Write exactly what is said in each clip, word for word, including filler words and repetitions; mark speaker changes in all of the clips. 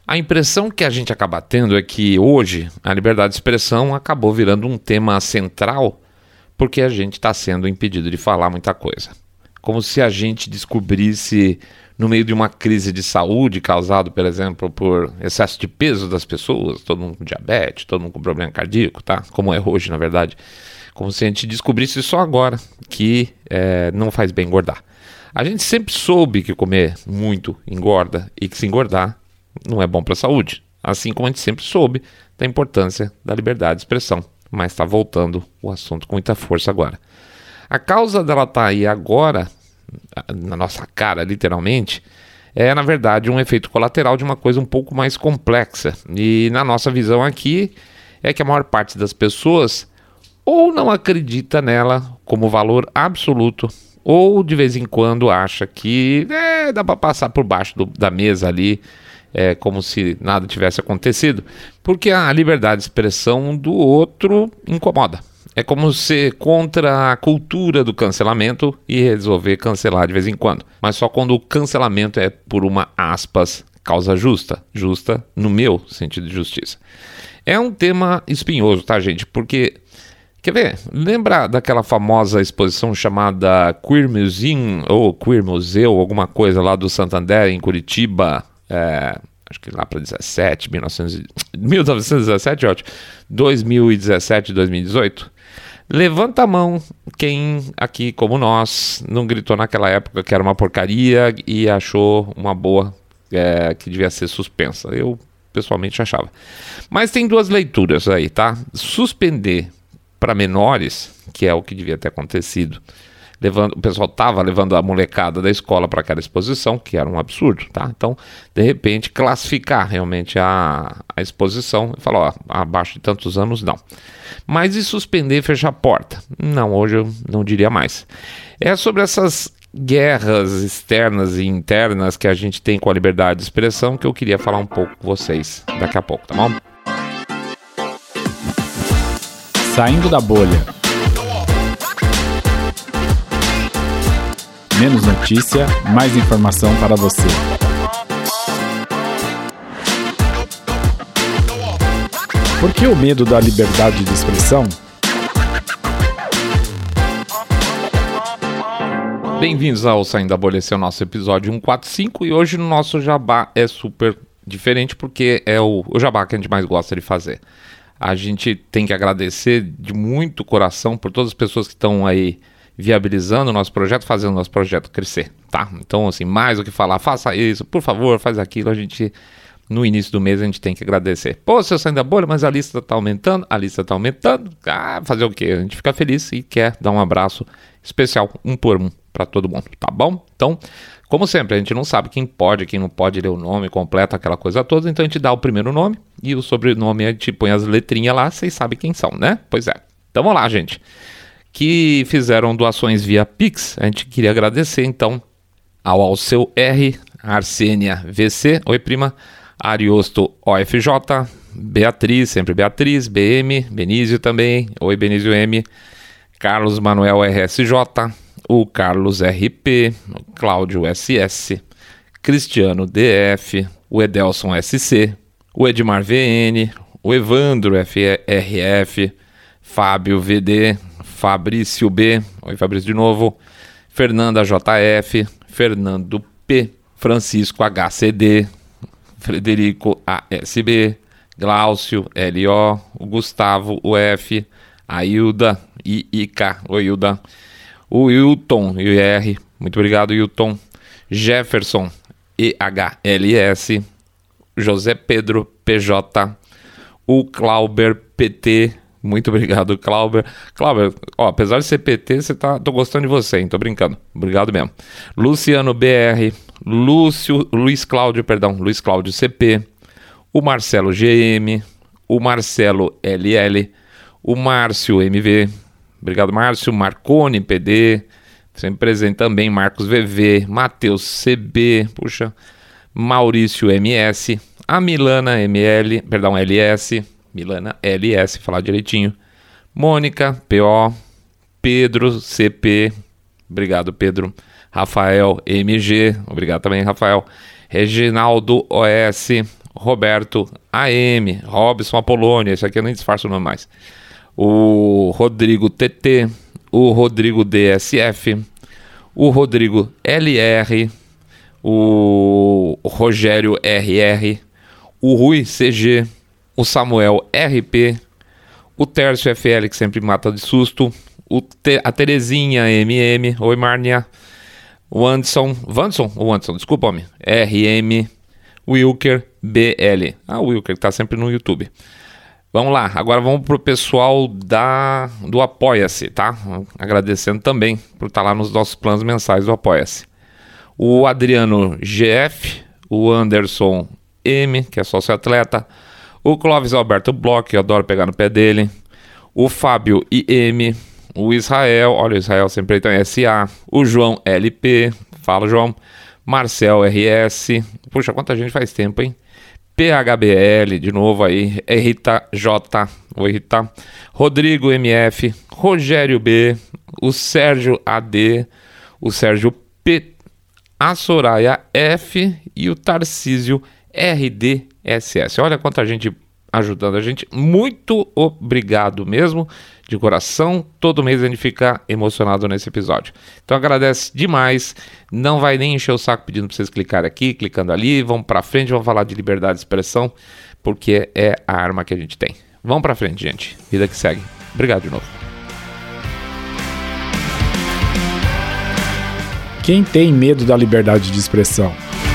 Speaker 1: A impressão que a gente acaba tendo é que hoje a liberdade de expressão acabou virando um tema central porque a gente está sendo impedido de falar muita coisa. Como se a gente descobrisse, no meio de uma crise de saúde causada, por exemplo, por excesso de peso das pessoas, todo mundo com diabetes, todo mundo com problema cardíaco, tá? Como é hoje, na verdade. Como se a gente descobrisse só agora que é, não faz bem engordar. A gente sempre soube que comer muito engorda e que se engordar não é bom para a saúde. Assim como a gente sempre soube da importância da liberdade de expressão. Mas está voltando o assunto com muita força agora. A causa dela estar aí agora, na nossa cara, literalmente, é, na verdade, um efeito colateral de uma coisa um pouco mais complexa. E na nossa visão aqui, é que a maior parte das pessoas ou não acredita nela como valor absoluto, ou de vez em quando acha que é, dá para passar por baixo do, da mesa ali, é, como se nada tivesse acontecido, porque a liberdade de expressão do outro incomoda. É como ser contra a cultura do cancelamento e resolver cancelar de vez em quando. Mas só quando o cancelamento é por uma, aspas, causa justa. Justa no meu sentido de justiça. É um tema espinhoso, tá, gente? Porque, quer ver? Lembra daquela famosa exposição chamada Queer Museum, ou Queer Museu, alguma coisa lá do Santander, em Curitiba? É, acho que lá para dezessete, mil novecentos e dezessete, ótimo. dois mil e dezessete, dois mil e dezoito. Levanta a mão quem aqui, como nós, não gritou naquela época que era uma porcaria e achou uma boa, é, que devia ser suspensa. Eu, pessoalmente, achava. Mas tem duas leituras aí, tá? Suspender para menores, que é o que devia ter acontecido. Levando, o pessoal estava levando a molecada da escola para aquela exposição, que era um absurdo, tá? Então, de repente, classificar realmente a, a exposição e falar, ó, abaixo de tantos anos, não. Mas e suspender e fechar a porta? Não, hoje eu não diria mais. É sobre essas guerras externas e internas que a gente tem com a liberdade de expressão que eu queria falar um pouco com vocês daqui a pouco, tá bom?
Speaker 2: Saindo da bolha. Menos notícia, mais informação para você. Por que o medo da liberdade de expressão?
Speaker 1: Bem-vindos ao Saindo da Bolha, esse é o nosso episódio cento e quarenta e cinco e hoje no nosso jabá é super diferente porque é o, o jabá que a gente mais gosta de fazer. A gente tem que agradecer de muito coração por todas as pessoas que estão aí viabilizando o nosso projeto, fazendo o nosso projeto crescer, tá? Então, assim, mais do que falar, faça isso, por favor, faz aquilo, a gente, no início do mês, a gente tem que agradecer. Pô, você saindo da bolha, mas a lista tá aumentando, a lista tá aumentando, ah, fazer o quê? A gente fica feliz e quer dar um abraço especial, um por um, para todo mundo, tá bom? Então, como sempre, a gente não sabe quem pode, quem não pode ler o nome completo, aquela coisa toda, então a gente dá o primeiro nome e o sobrenome a gente põe as letrinhas lá, vocês sabem quem são, né? Pois é. Então, vamos lá, gente. Que fizeram doações via Pix, a gente queria agradecer, então, ao Alceu R, Arsênia V C, oi prima, Ariosto O F J, Beatriz, sempre Beatriz, B M, Benísio também, oi Benísio M, Carlos Manuel R S J, o Carlos R P, o Cláudio S S, Cristiano D F, o Edelson S C, o Edmar V N, o Evandro F R F, Fábio V D, Fabrício B, oi Fabrício de novo, Fernanda J F, Fernando P, Francisco H C D, Frederico A S B, Glaucio L O, o Gustavo U F, a Hilda I I K, oi Hilda, o Wilton I R, muito obrigado Wilton, Jefferson E H L S, José Pedro P J, o Clauber P T, muito obrigado, Clauber. Clauber, ó, apesar de ser P T, você tá, tô gostando de você, hein? Tô brincando. Obrigado mesmo. Luciano B R, Lúcio, Luiz Cláudio, perdão, Luiz Cláudio C P, o Marcelo G M, o Marcelo L L, o Márcio M V, obrigado Márcio, Marcone P D, sempre presente também, Marcos V V, Matheus C B, puxa, Maurício M S, a Milana M L, perdão, L S, Milana L S, falar direitinho, Mônica P O, Pedro C P, obrigado Pedro, Rafael M G, obrigado também Rafael, Reginaldo O S, Roberto A M, Robson Apolônio, esse aqui eu nem disfarço o nome mais, o Rodrigo T T, o Rodrigo D S F, o Rodrigo L R, o Rogério R R, o Rui C G, o Samuel R P, o Tércio F L, que sempre mata de susto, o Te- a Terezinha M M, oi Márnia, o Anderson, Vanson, o Anderson, desculpa homem, R M, Wilker B L, ah, o Wilker que tá sempre no YouTube. Vamos lá, agora vamos pro pessoal da, do Apoia-se, tá? Agradecendo também por estar lá nos nossos planos mensais do Apoia-se. O Adriano G F, o Anderson M, que é sócio-atleta, o Clóvis Alberto Bloch, que eu adoro pegar no pé dele, o Fábio I M, o Israel, olha o Israel sempre aí, então S A, o João L P, fala João, Marcel R S, puxa, quanta gente faz tempo, hein? P H B L, de novo aí, Rita J, oi Rita, Rodrigo M F, Rogério B, o Sérgio A D, o Sérgio P, a Soraya F e o Tarcísio R D S S. Olha quanta gente ajudando a gente, muito obrigado mesmo, de coração, todo mês a gente fica emocionado nesse episódio. Então agradece demais, não vai nem encher o saco pedindo para vocês clicarem aqui, clicando ali, vamos para frente, vamos falar de liberdade de expressão, porque é a arma que a gente tem. Vamos para frente, gente, vida que segue. Obrigado de novo.
Speaker 2: Quem tem medo da liberdade de expressão?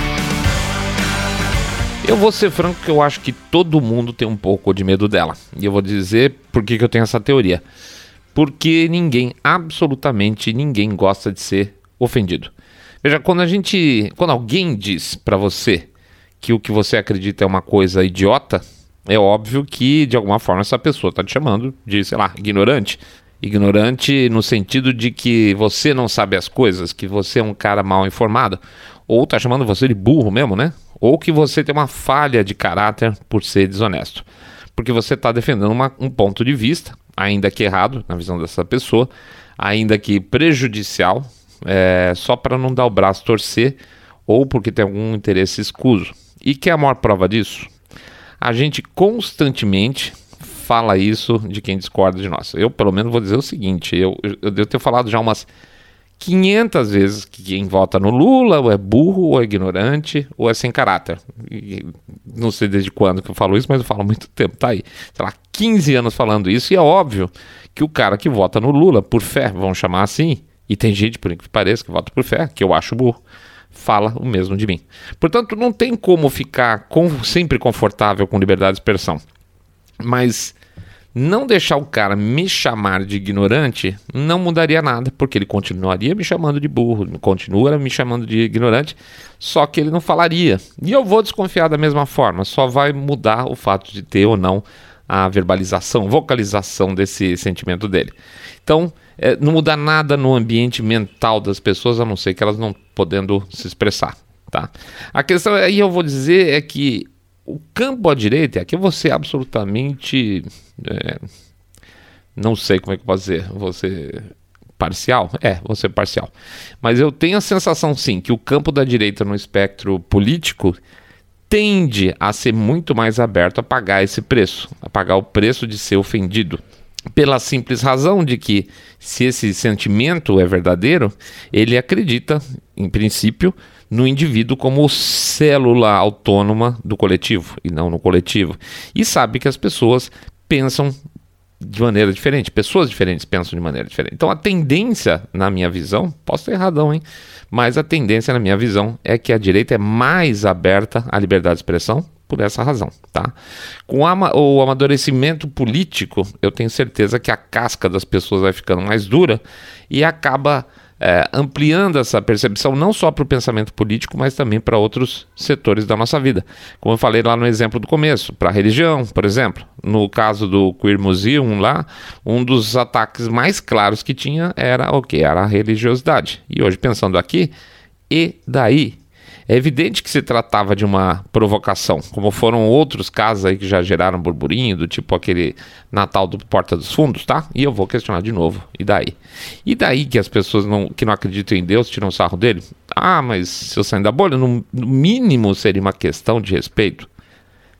Speaker 1: Eu vou ser franco que eu acho que todo mundo tem um pouco de medo dela. E eu vou dizer por que que eu tenho essa teoria. Porque ninguém, absolutamente ninguém gosta de ser ofendido. Veja, quando a gente, quando alguém diz pra você que o que você acredita é uma coisa idiota, é óbvio que de alguma forma essa pessoa está te chamando de, sei lá, ignorante. Ignorante no sentido de que você não sabe as coisas, que você é um cara mal informado. Ou está chamando você de burro mesmo, né? Ou que você tem uma falha de caráter por ser desonesto. Porque você está defendendo uma, um ponto de vista, ainda que errado, na visão dessa pessoa, ainda que prejudicial, é, só para não dar o braço a torcer, ou porque tem algum interesse escuso. E que é a maior prova disso? A gente constantemente fala isso de quem discorda de nós. Eu, pelo menos, vou dizer o seguinte, eu, eu, eu devo ter falado já umas quinhentas vezes que quem vota no Lula ou é burro, ou é ignorante, ou é sem caráter. E não sei desde quando que eu falo isso, mas eu falo há muito tempo, tá aí. Sei lá, quinze anos falando isso, e é óbvio que o cara que vota no Lula, por fé, vamos chamar assim, e tem gente, por incrível que pareça, que vota por fé, que eu acho burro, fala o mesmo de mim. Portanto, não tem como ficar com, sempre confortável com liberdade de expressão. Mas não deixar o cara me chamar de ignorante não mudaria nada, porque ele continuaria me chamando de burro, continua me chamando de ignorante, só que ele não falaria. E eu vou desconfiar da mesma forma, só vai mudar o fato de ter ou não a verbalização, vocalização desse sentimento dele. Então, é, não muda nada no ambiente mental das pessoas, a não ser que elas não podendo se expressar, tá? A questão aí eu vou dizer é que o campo à direita, aqui eu vou ser absolutamente, é, não sei como é que eu posso dizer, vou ser parcial? É, vou ser parcial. Mas eu tenho a sensação sim, que o campo da direita no espectro político tende a ser muito mais aberto a pagar esse preço, a pagar o preço de ser ofendido. Pela simples razão de que, se esse sentimento é verdadeiro, ele acredita, em princípio, no indivíduo como célula autônoma do coletivo, e não no coletivo. E sabe que as pessoas pensam de maneira diferente, pessoas diferentes pensam de maneira diferente. Então a tendência, na minha visão, posso estar erradão, hein? Mas a tendência, na minha visão, é que a direita é mais aberta à liberdade de expressão, por essa razão, tá? Com ama- o amadurecimento político, eu tenho certeza que a casca das pessoas vai ficando mais dura e acaba é, ampliando essa percepção não só para o pensamento político, mas também para outros setores da nossa vida. Como eu falei lá no exemplo do começo, para a religião, por exemplo. No caso do Queer Museum lá, um dos ataques mais claros que tinha era o que? Era a religiosidade. E hoje, pensando aqui, e daí? É evidente que se tratava de uma provocação, como foram outros casos aí que já geraram burburinho, do tipo aquele Natal do Porta dos Fundos, tá? E eu vou questionar de novo, e daí? E daí que as pessoas não, que não acreditam em Deus tiram sarro dele? Ah, mas se eu sair da bolha, no, no mínimo seria uma questão de respeito.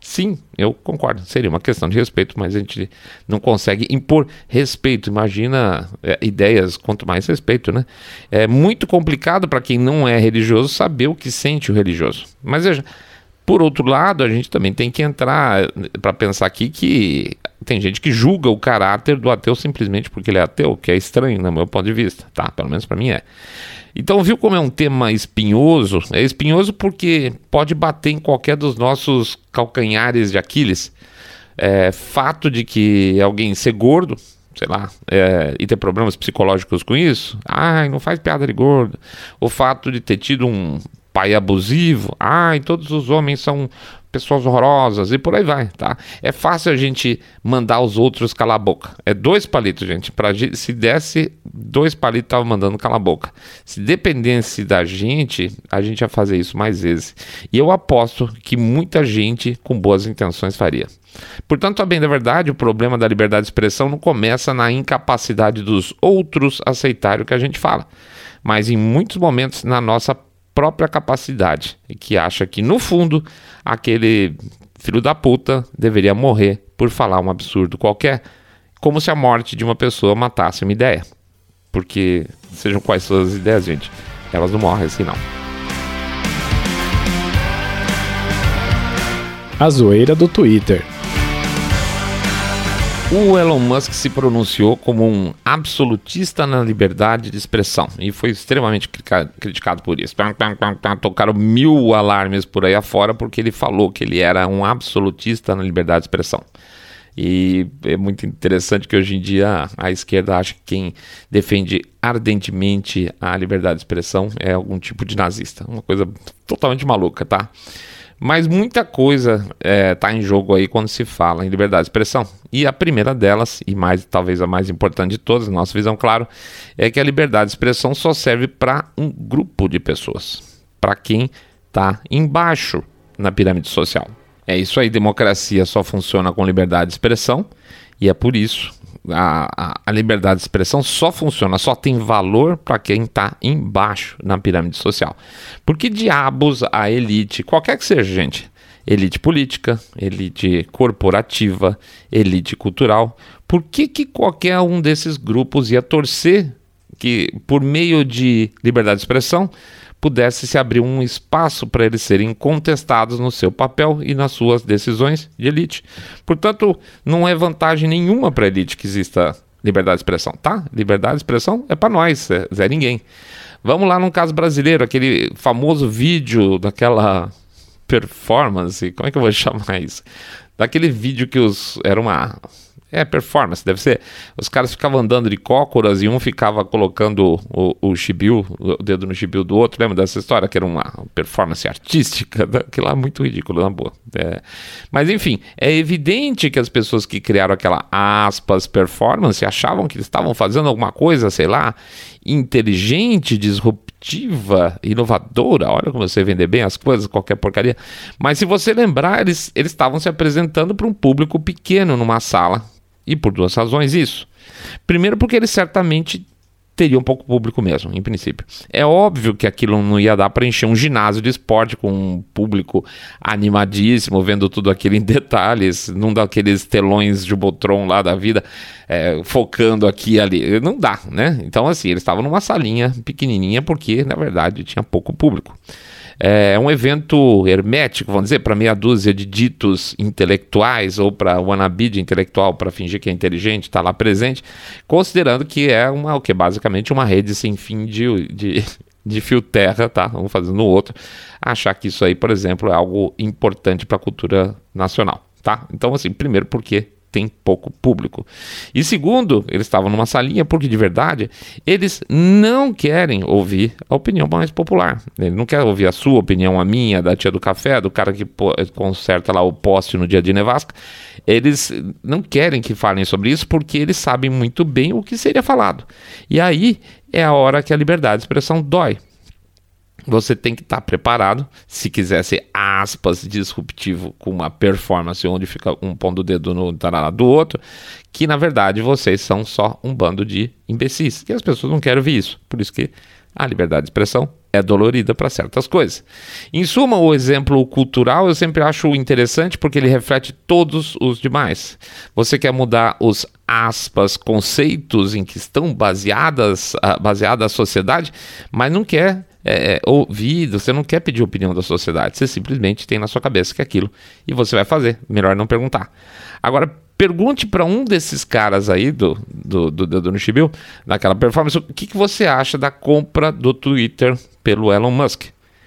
Speaker 1: Sim, eu concordo. Seria uma questão de respeito, mas a gente não consegue impor respeito. Imagina é, ideias, quanto mais respeito, né? É muito complicado para quem não é religioso saber o que sente o religioso. Mas veja, por outro lado, a gente também tem que entrar para pensar aqui que tem gente que julga o caráter do ateu simplesmente porque ele é ateu, que é estranho, no meu ponto de vista, tá? Pelo menos para mim é. Então, viu como é um tema espinhoso? É espinhoso porque pode bater em qualquer dos nossos calcanhares de Aquiles. É, fato de que alguém ser gordo, sei lá, é, e ter problemas psicológicos com isso, ai, não faz piada de gordo. O fato de ter tido um pai abusivo, ai, todos os homens são pessoas horrorosas e por aí vai, tá? É fácil a gente mandar os outros calar a boca. É dois palitos, gente. Pra, se desse dois palitos, tava mandando calar a boca. Se dependesse da gente, a gente ia fazer isso mais vezes. E eu aposto que muita gente com boas intenções faria. Portanto, a bem da verdade, o problema da liberdade de expressão não começa na incapacidade dos outros aceitarem o que a gente fala, mas em muitos momentos na nossa própria capacidade, e que acha que no fundo aquele filho da puta deveria morrer por falar um absurdo qualquer, como se a morte de uma pessoa matasse uma ideia. Porque sejam quais suas as ideias, gente, elas não morrem assim não.
Speaker 2: A zoeira do Twitter.
Speaker 1: O Elon Musk se pronunciou como um absolutista na liberdade de expressão e foi extremamente criticado por isso. Tocaram mil alarmes por aí afora porque ele falou que ele era um absolutista na liberdade de expressão. E é muito interessante que hoje em dia a esquerda acha que quem defende ardentemente a liberdade de expressão é algum tipo de nazista. Uma coisa totalmente maluca, tá? Mas muita coisa está é, em jogo aí quando se fala em liberdade de expressão. E a primeira delas, e mais talvez a mais importante de todas, na nossa visão, claro, é que a liberdade de expressão só serve para um grupo de pessoas. Para quem está embaixo na pirâmide social. É isso aí, democracia só funciona com liberdade de expressão. E é por isso a, a, a liberdade de expressão só funciona, só tem valor para quem está embaixo na pirâmide social. Por que diabos a elite, qualquer que seja, gente, elite política, elite corporativa, elite cultural, por que que qualquer um desses grupos ia torcer que, por meio de liberdade de expressão, pudesse se abrir um espaço para eles serem contestados no seu papel e nas suas decisões de elite? Portanto, não é vantagem nenhuma para a elite que exista liberdade de expressão, tá? Liberdade de expressão é para nós, é Zé Ninguém. Vamos lá num caso brasileiro, aquele famoso vídeo daquela performance, como é que eu vou chamar isso? Daquele vídeo que os era uma... É, performance, deve ser. Os caras ficavam andando de cócoras e um ficava colocando o, o chibio, o dedo no chibio do outro. Lembra dessa história? Que era uma performance artística. Aquilo lá é muito ridículo, na boa. É. Mas, enfim, é evidente que as pessoas que criaram aquela, aspas, performance achavam que eles estavam fazendo alguma coisa, sei lá, inteligente, disruptiva, inovadora. Olha como você vender bem as coisas, qualquer porcaria. Mas se você lembrar, eles eles estavam se apresentando para um público pequeno numa sala. E por duas razões isso. Primeiro porque eles certamente teriam pouco público mesmo, em princípio. É óbvio que aquilo não ia dar para encher um ginásio de esporte com um público animadíssimo, vendo tudo aquilo em detalhes, não daqueles telões de Botron lá da vida, é, focando aqui e ali. Não dá, né? Então, assim, eles estavam numa salinha pequenininha porque, na verdade, tinha pouco público. É um evento hermético, vamos dizer, para meia dúzia de ditos intelectuais ou para wannabe de intelectual para fingir que é inteligente, está lá presente, considerando que é uma, o que basicamente uma rede sem fim de, de, de fio terra, tá? Um fazendo o outro, achar que isso aí, por exemplo, é algo importante para a cultura nacional, tá? Então, assim, primeiro porque tem pouco público. E segundo, eles estavam numa salinha porque, de verdade, eles não querem ouvir a opinião mais popular. Ele não quer ouvir a sua opinião, a minha, da tia do café, do cara que conserta lá o poste no dia de nevasca. Eles não querem que falem sobre isso porque eles sabem muito bem o que seria falado. E aí é a hora que a liberdade de expressão dói. Você tem que estar preparado, se quiser ser, aspas, disruptivo com uma performance onde fica um pondo o dedo no tarará do outro, que na verdade vocês são só um bando de imbecis, e as pessoas não querem ouvir isso. Por isso que a liberdade de expressão é dolorida para certas coisas. Em suma, o exemplo cultural eu sempre acho interessante porque ele reflete todos os demais. Você quer mudar os aspas, conceitos em que estão baseadas, baseada a sociedade, mas não quer é, ouvir, você não quer pedir a opinião da sociedade, você simplesmente tem na sua cabeça que é aquilo e você vai fazer, melhor não perguntar. Agora, pergunte para um desses caras aí do, do, do Dedo no Chibiu, naquela performance, o que, que você acha da compra do Twitter pelo Elon Musk?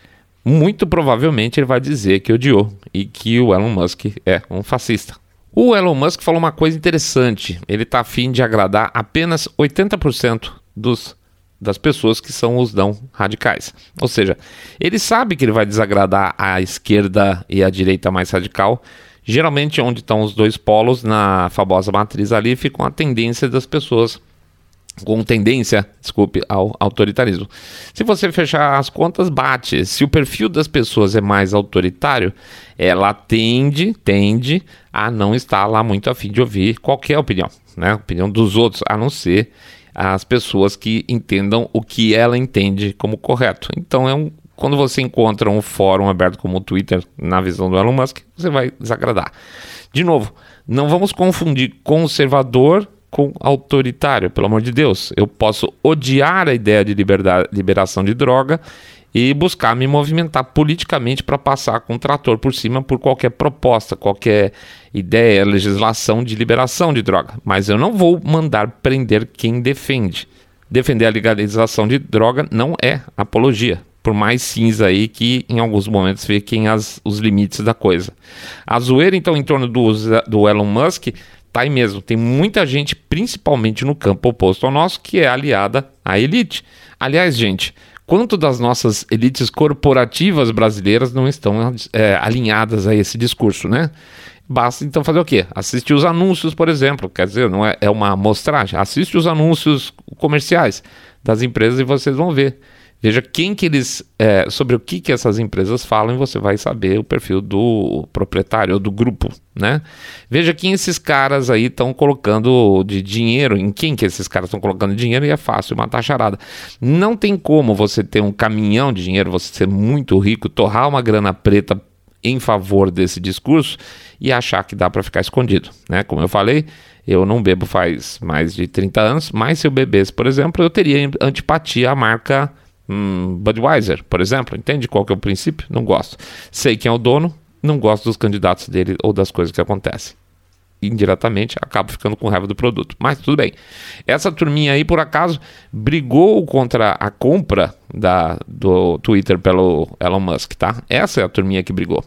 Speaker 1: Muito provavelmente ele vai dizer que odiou e que o Elon Musk é um fascista. O Elon Musk falou uma coisa interessante, ele está a fim de agradar apenas oitenta por cento dos, das pessoas que são os não radicais. Ou seja, ele sabe que ele vai desagradar a esquerda e a direita mais radical. Geralmente onde estão os dois polos, na famosa matriz ali, ficam a tendência das pessoas com tendência, desculpe, ao autoritarismo. Se você fechar as contas, bate. Se o perfil das pessoas é mais autoritário, ela tende, tende a não estar lá muito a fim de ouvir qualquer opinião, né? A opinião dos outros, a não ser as pessoas que entendam o que ela entende como correto. Então é um Quando você encontra um fórum aberto como o Twitter, na visão do Elon Musk, você vai desagradar. De novo, não vamos confundir conservador com autoritário, pelo amor de Deus. Eu posso odiar a ideia de liberdade, liberação de droga e buscar me movimentar politicamente para passar com um trator por cima por qualquer proposta, qualquer ideia, legislação de liberação de droga. Mas eu não vou mandar prender quem defende. Defender a legalização de droga não é apologia. Por mais cinza aí que em alguns momentos fiquem as, os limites da coisa. A zoeira, então, em torno do, do Elon Musk, tá aí mesmo. Tem muita gente, principalmente no campo oposto ao nosso, que é aliada à elite. Aliás, gente, quanto das nossas elites corporativas brasileiras não estão é, alinhadas a esse discurso, né? Basta então fazer o quê? Assistir os anúncios, por exemplo. Quer dizer, não é, é uma amostragem. Assiste os anúncios comerciais das empresas e vocês vão ver. Veja quem que eles, é, sobre o que, que essas empresas falam e você vai saber o perfil do proprietário ou do grupo, né? Veja quem esses caras aí estão colocando de dinheiro, em quem que esses caras estão colocando dinheiro e é fácil matar a charada. Não tem como você ter um caminhão de dinheiro, você ser muito rico, torrar uma grana preta em favor desse discurso e achar que dá para ficar escondido, né? Como eu falei, eu não bebo faz mais de trinta anos, mas se eu bebesse, por exemplo, eu teria antipatia à marca Hum, Budweiser, por exemplo. Entende qual que é o princípio? Não gosto. Sei quem é o dono, não gosto dos candidatos dele ou das coisas que acontecem. Indiretamente, acabo ficando com raiva do produto. Mas tudo bem. Essa turminha aí, por acaso, brigou contra a compra da, do Twitter pelo Elon Musk, tá? Essa é a turminha que brigou.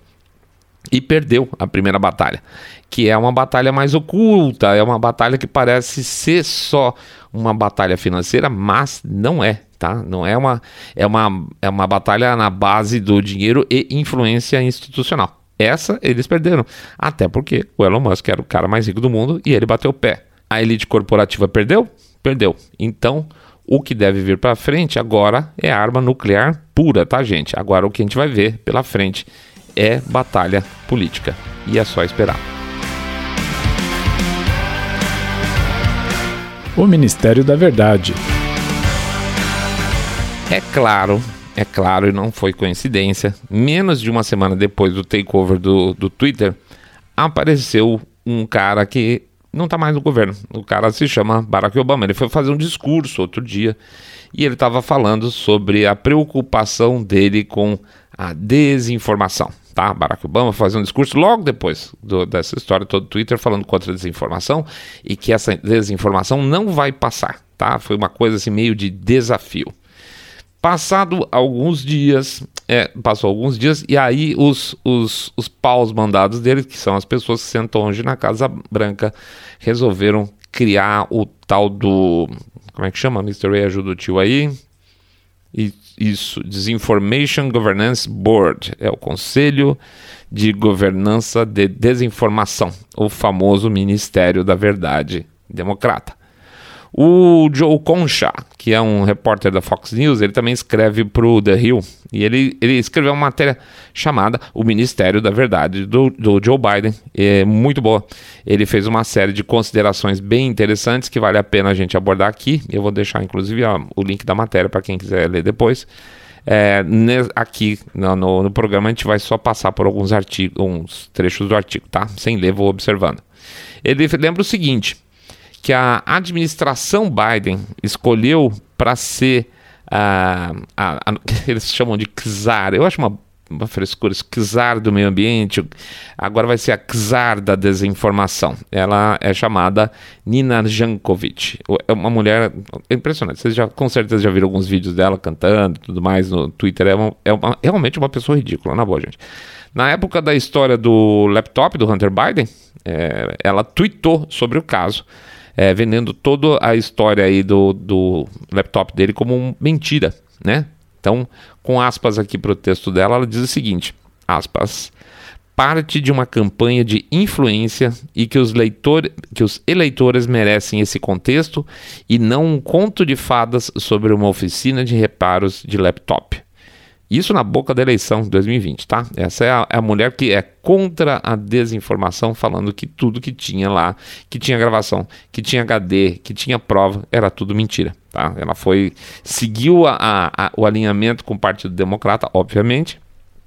Speaker 1: E perdeu a primeira batalha, que é uma batalha mais oculta, é uma batalha que parece ser só uma batalha financeira, mas não é, tá? Não é uma, é uma, é uma batalha na base do dinheiro e influência institucional. Essa eles perderam, até porque o Elon Musk era o cara mais rico do mundo e ele bateu o pé. A elite corporativa perdeu? Perdeu. Então, o que deve vir para frente agora é arma nuclear pura, tá, gente? Agora o que a gente vai ver pela frente é batalha política. E é só esperar.
Speaker 2: O Ministério da Verdade.
Speaker 1: É claro, é claro, e não foi coincidência, menos de uma semana depois do takeover do, do Twitter, apareceu um cara que não está mais no governo. O cara se chama Barack Obama. Ele foi fazer um discurso outro dia e ele estava falando sobre a preocupação dele com a desinformação. Tá? Barack Obama foi fazer um discurso logo depois do, dessa história toda do Twitter falando contra a desinformação e que essa desinformação não vai passar. Tá? Foi uma coisa assim meio de desafio. Passado alguns dias, é, passou alguns dias e aí os, os, os paus mandados dele, que são as pessoas que sentam hoje na Casa Branca, resolveram criar o tal do... Como é que chama? mister Ray, ajuda o tio aí. E, isso, Disinformation Governance Board. É o Conselho de Governança de Desinformação, o famoso Ministério da Verdade Democrata. O Joe Concha, que é um repórter da Fox News, ele também escreve para o The Hill, e ele, ele escreveu uma matéria chamada O Ministério da Verdade, do, do Joe Biden, é muito boa. Ele fez uma série de considerações bem interessantes que vale a pena a gente abordar aqui. Eu vou deixar inclusive ó, o link da matéria para quem quiser ler depois. É, ne- aqui no, no, no programa a gente vai só passar por alguns artigos, uns trechos do artigo, tá? Sem ler, vou observando. Ele lembra o seguinte, que a administração Biden escolheu para ser a, a, a, eles chamam de czar, eu acho uma, uma frescura, czar do meio ambiente, agora vai ser a czar da desinformação. Ela é chamada Nina Jankowicz, é uma mulher impressionante, vocês já, com certeza já viram alguns vídeos dela cantando e tudo mais no Twitter, é, uma, é uma, realmente uma pessoa ridícula, na boa, gente. Na época da história do laptop do Hunter Biden, é, ela tweetou sobre o caso, É, vendendo toda a história aí do, do laptop dele como um mentira, né? Então, com aspas aqui para o texto dela, ela diz o seguinte, aspas, parte de uma campanha de influência e que os, leitor, que os eleitores merecem esse contexto e não um conto de fadas sobre uma oficina de reparos de laptop. Isso na boca da eleição de dois mil e vinte, tá? Essa é a, é a mulher que é contra a desinformação, falando que tudo que tinha lá, que tinha gravação, que tinha H D, que tinha prova, era tudo mentira, tá? Ela foi, seguiu a, a, a, o alinhamento com o Partido Democrata, obviamente,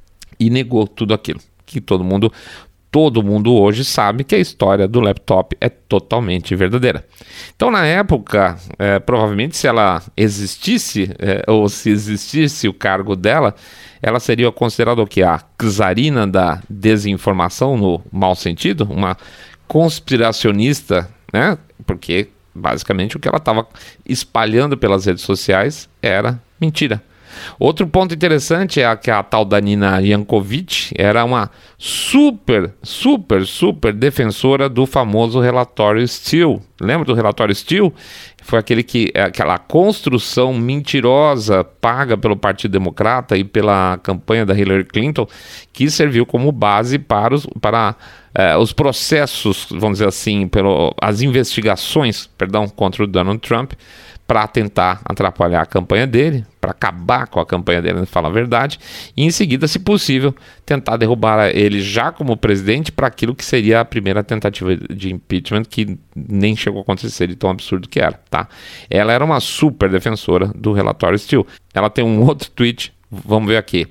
Speaker 1: e negou tudo aquilo, que todo mundo... Todo mundo hoje sabe que a história do laptop é totalmente verdadeira. Então, na época, é, provavelmente se ela existisse, é, ou se existisse o cargo dela, ela seria considerada o que? A czarina da desinformação, no mau sentido? Uma conspiracionista, né? Porque, basicamente, o que ela estava espalhando pelas redes sociais era mentira. Outro ponto interessante é que a tal da Nina Jankowicz era uma super, super, super defensora do famoso relatório Steele. Lembra do relatório Steele? Foi aquele que, aquela construção mentirosa paga pelo Partido Democrata e pela campanha da Hillary Clinton, que serviu como base para os, para, eh, os processos, vamos dizer assim, pelo, as investigações, perdão, contra o Donald Trump, para tentar atrapalhar a campanha dele, para acabar com a campanha dele, falar a verdade, e em seguida, se possível, tentar derrubar ele já como presidente para aquilo que seria a primeira tentativa de impeachment, que nem chegou a acontecer de tão absurdo que era, tá? Ela era uma super defensora do relatório Steele. Ela tem um outro tweet, vamos ver aqui,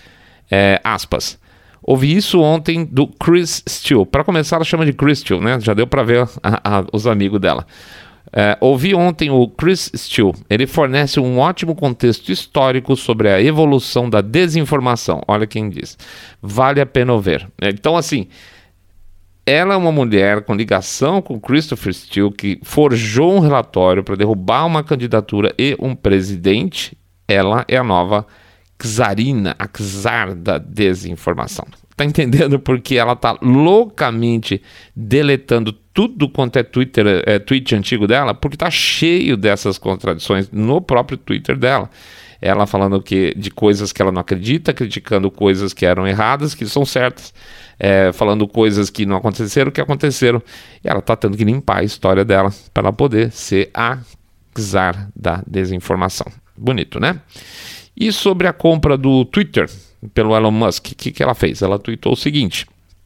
Speaker 1: é, aspas, ouvi isso ontem do Chris Steele. Para começar, ela chama de Chris Steele, né? Já deu para ver a, a, os amigos dela. É, ouvi ontem o Chris Steele. Ele fornece um ótimo contexto histórico sobre a evolução da desinformação. Olha quem diz. Vale a pena ouvir. Então, assim, ela é uma mulher com ligação com Christopher Steele, que forjou um relatório para derrubar uma candidatura e um presidente. Ela é a nova czarina, a czar da desinformação. Tá entendendo? Porque ela tá loucamente deletando tudo quanto é Twitter, é, tweet antigo dela, porque tá cheio dessas contradições no próprio Twitter dela. Ela falando que, de coisas que ela não acredita, criticando coisas que eram erradas, que são certas, é, falando coisas que não aconteceram, que aconteceram. E ela tá tendo que limpar a história dela para ela poder ser a czar da desinformação. Bonito, né? E sobre a compra do Twitter pelo Elon Musk, o que, que ela fez? Ela tweetou o seguinte,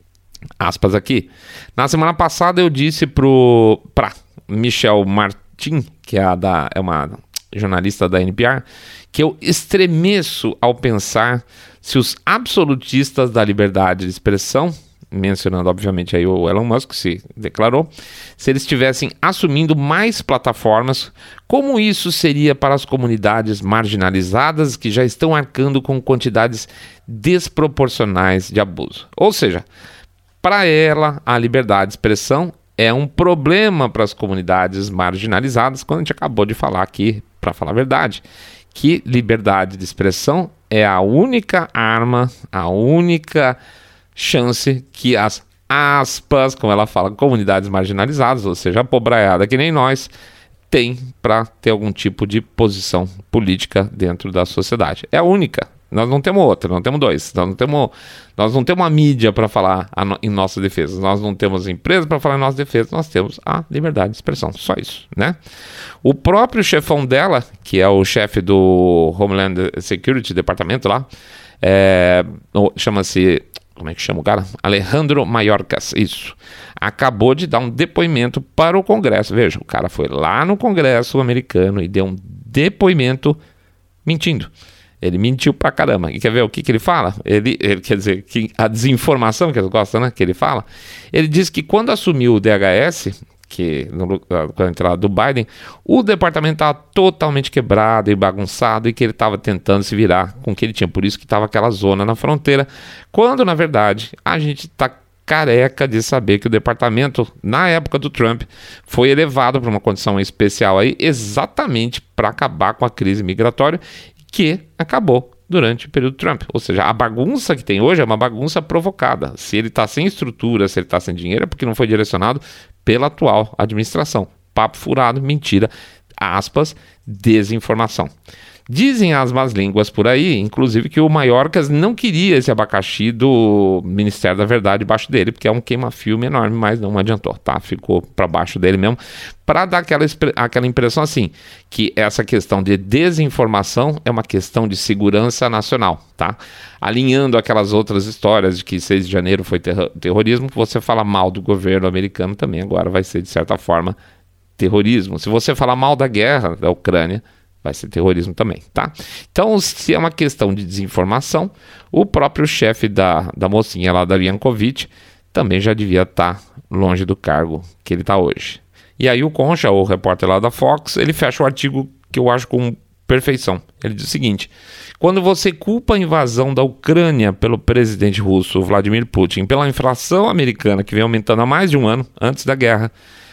Speaker 1: aspas aqui, na semana passada eu disse pro, pra Michelle Martin, que é, a da, é uma jornalista da N P R, que eu estremeço ao pensar se os absolutistas da liberdade de expressão, mencionando obviamente aí o Elon Musk, se declarou, se eles estivessem assumindo mais plataformas, como isso seria para as comunidades marginalizadas que já estão arcando com quantidades desproporcionais de abuso. Ou seja, para ela, a liberdade de expressão é um problema para as comunidades marginalizadas, quando a gente acabou de falar aqui, para falar a verdade, que liberdade de expressão é a única arma, a única chance que as aspas, como ela fala, comunidades marginalizadas, ou seja, a pobraiada que nem nós, tem para ter algum tipo de posição política dentro da sociedade. É a única. Nós não temos outra, não temos dois. Nós não temos, nós não temos uma mídia para falar a no, em nossa defesa. Nós não temos empresa para falar em nossa defesa. Nós temos a liberdade de expressão. Só isso, né? O próprio chefão dela, que é o chefe do Homeland Security, departamento lá, é, chama-se... Como é que chama o cara? Alejandro Mayorkas, isso. Acabou de dar um depoimento para o Congresso. Veja, o cara foi lá no Congresso americano e deu um depoimento mentindo. Ele mentiu pra caramba. E quer ver o que, que ele fala? Ele, ele quer dizer, que a desinformação que eles gostam, né? Que ele fala. Ele diz que quando assumiu o D H S, que no, com a entrada do Biden, o departamento estava totalmente quebrado e bagunçado e que ele estava tentando se virar com o que ele tinha. Por isso que estava aquela zona na fronteira. Quando, na verdade, a gente está careca de saber que o departamento, na época do Trump, foi elevado para uma condição especial aí, exatamente para acabar com a crise migratória, que acabou durante o período Trump. Ou seja, a bagunça que tem hoje é uma bagunça provocada. Se ele está sem estrutura, se ele está sem dinheiro, é porque não foi direcionado pela atual administração. Papo furado, mentira, aspas, desinformação. Dizem as más línguas por aí, inclusive, que o Mayorkas não queria esse abacaxi do Ministério da Verdade debaixo dele, porque é um queima-filme enorme, mas não adiantou, tá? Ficou para baixo dele mesmo, para dar aquela, aquela impressão assim, que essa questão de desinformação é uma questão de segurança nacional, tá? Alinhando aquelas outras histórias de que seis de janeiro foi ter- terrorismo, você fala mal do governo americano também, agora vai ser, de certa forma, terrorismo. Se você falar mal da guerra da Ucrânia, vai ser terrorismo também, tá? Então, se é uma questão de desinformação, o próprio chefe da, da mocinha lá, da Yankovic, também já devia estar longe do cargo que ele está hoje. E aí o Concha, o repórter lá da Fox, ele fecha o artigo que eu acho com perfeição. Ele diz o seguinte: quando você culpa a invasão da Ucrânia pelo presidente russo Vladimir Putin, pela inflação americana que vem aumentando há mais de um ano antes da guerra,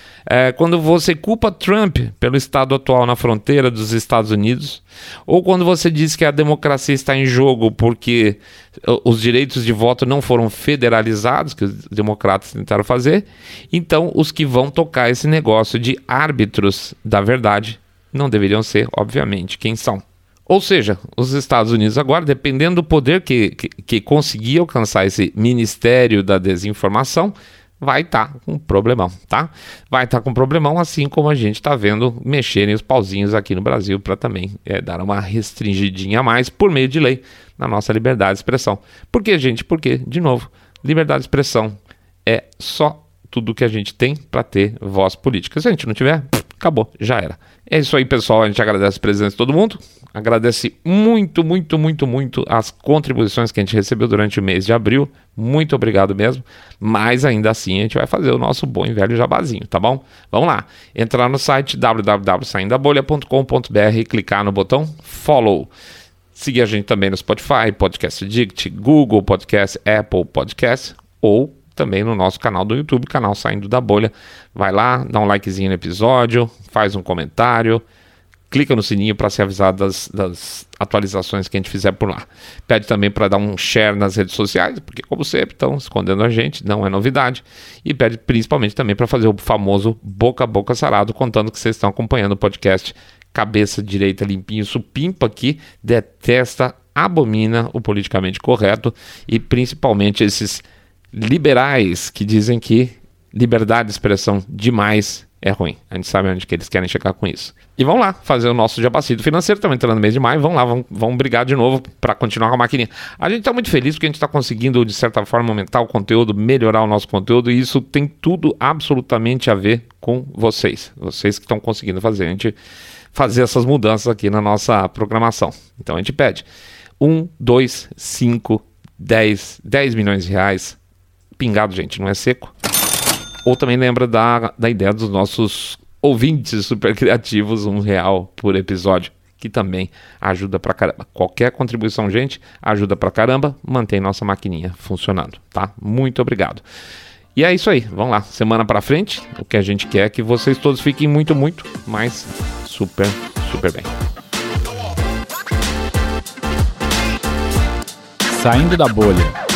Speaker 1: É, quando você culpa Trump pelo estado atual na fronteira dos Estados Unidos, ou quando você diz que a democracia está em jogo porque os direitos de voto não foram federalizados, que os democratas tentaram fazer, então os que vão tocar esse negócio de árbitros da verdade não deveriam ser, obviamente, quem são. Ou seja, os Estados Unidos agora, dependendo do poder que, que, que conseguir alcançar esse Ministério da Desinformação, vai estar tá com um problemão, tá? Vai estar tá com um problemão, assim como a gente está vendo mexerem os pauzinhos aqui no Brasil para também é, dar uma restringidinha a mais por meio de lei na nossa liberdade de expressão. Por quê, gente? Porque, de novo, liberdade de expressão é só tudo que a gente tem para ter voz política. Se a gente não tiver, acabou, já era. É isso aí, pessoal. A gente agradece a presença de todo mundo. Agradece muito, muito, muito, muito as contribuições que a gente recebeu durante o mês de abril. Muito obrigado mesmo. Mas ainda assim a gente vai fazer o nosso bom e velho jabazinho, tá bom? Vamos lá. Entrar no site w w w ponto saindo da bolha ponto com ponto b r e clicar no botão Follow. Seguir a gente também no Spotify, Podcast Addict, Google Podcast, Apple Podcast ou também no nosso canal do YouTube, canal Saindo da Bolha. Vai lá, dá um likezinho no episódio, faz um comentário, clica no sininho para ser avisado das, das atualizações que a gente fizer por lá. Pede também para dar um share nas redes sociais, porque como sempre estão escondendo a gente, não é novidade. E pede principalmente também para fazer o famoso boca a boca sarado, contando que vocês estão acompanhando o podcast Cabeça Direita Limpinho Supimpa, aqui detesta, abomina o politicamente correto e principalmente esses liberais que dizem que liberdade de expressão demais é ruim. A gente sabe onde que eles querem chegar com isso. E vamos lá fazer o nosso jabacito financeiro. Estamos entrando no mês de maio. Vamos lá, vamos, vamos brigar de novo para continuar com a maquininha. A gente está muito feliz porque a gente está conseguindo, de certa forma, aumentar o conteúdo, melhorar o nosso conteúdo. E isso tem tudo absolutamente a ver com vocês. Vocês que estão conseguindo fazer. A gente fazer essas mudanças aqui na nossa programação. Então a gente pede um, dois, cinco, dez, dez milhões de reais. Pingado, gente, não é seco. Ou também lembra da, da ideia dos nossos ouvintes super criativos, um real por episódio, que também ajuda pra caramba. Qualquer contribuição, gente, ajuda pra caramba, mantém nossa maquininha funcionando, tá? Muito obrigado. E é isso aí, vamos lá, semana pra frente, o que a gente quer é que vocês todos fiquem muito, muito, mas super, super bem.
Speaker 2: Saindo da Bolha.